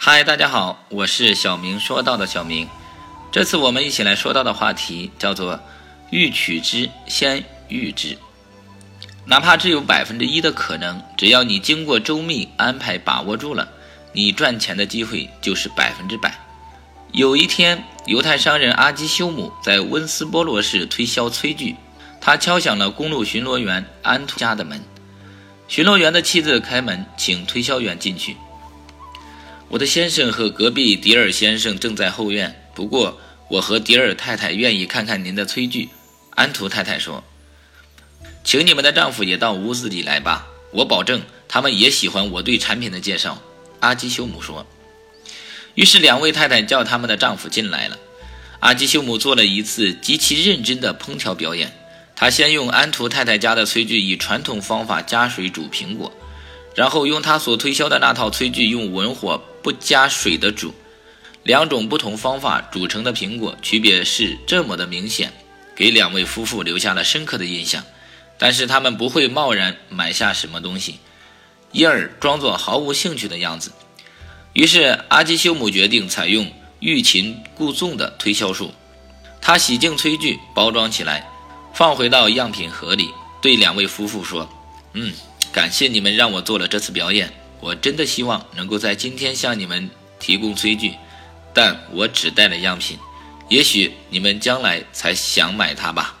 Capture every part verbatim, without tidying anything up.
嗨，大家好，我是小明说到的小明。这次我们一起来说到的话题叫做欲取之先予之。哪怕只有百分之一的可能，只要你经过周密安排把握住了，你赚钱的机会就是百分之百。有一天，犹太商人阿基修姆在温斯波罗市推销炊具，他敲响了公路巡逻员安图家的门。巡逻员的妻子开门，请推销员进去。我的先生和隔壁迪尔先生正在后院，不过我和迪尔太太愿意看看您的炊具。安图太太说，请你们的丈夫也到屋子里来吧，我保证他们也喜欢我对产品的介绍。阿基修姆说。于是两位太太叫他们的丈夫进来了。阿基修姆做了一次极其认真的烹调表演。他先用安图太太家的炊具以传统方法加水煮苹果，然后用他所推销的那套炊具用文火不加水的煮。两种不同方法煮成的苹果区别是这么的明显，给两位夫妇留下了深刻的印象。但是他们不会贸然买下什么东西，因而装作毫无兴趣的样子。于是阿基修姆决定采用欲擒故纵的推销术。他洗净炊具，包装起来，放回到样品盒里，对两位夫妇说，嗯，感谢你们让我做了这次表演，我真的希望能够在今天向你们提供炊具，但我只带了样品，也许你们将来才想买它吧。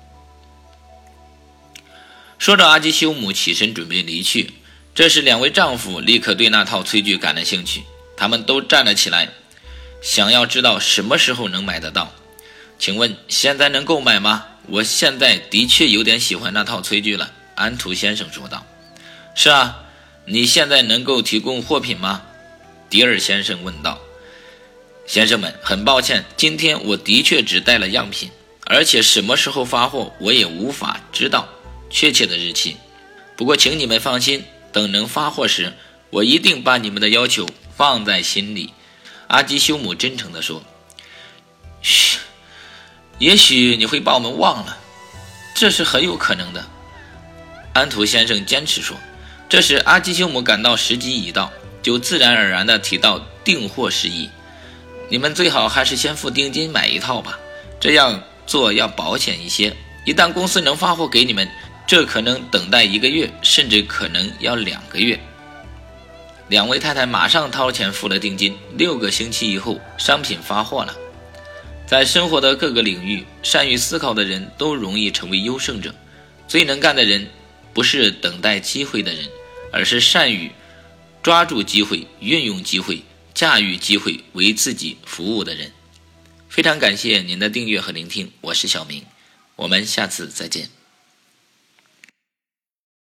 说着，阿基修姆起身准备离去，这时两位丈夫立刻对那套炊具感了兴趣，他们都站了起来，想要知道什么时候能买得到。请问现在能购买吗？我现在的确有点喜欢那套炊具了，安图先生说道。是啊，你现在能够提供货品吗？迪尔先生问道。先生们，很抱歉，今天我的确只带了样品，而且什么时候发货我也无法知道确切的日期。不过请你们放心，等能发货时，我一定把你们的要求放在心里。阿基修姆真诚地说。嘘，也许你会把我们忘了，这是很有可能的。安图先生坚持说。这时阿基修姆感到时机已到，就自然而然地提到订货事宜。你们最好还是先付定金买一套吧，这样做要保险一些，一旦公司能发货给你们，这可能等待一个月，甚至可能要两个月。两位太太马上掏钱付了定金，六个星期以后商品发货了。在生活的各个领域，善于思考的人都容易成为优胜者。最能干的人不是等待机会的人，而是善于抓住机会、运用机会、驾驭机会为自己服务的人。非常感谢您的订阅和聆听，我是小明，我们下次再见。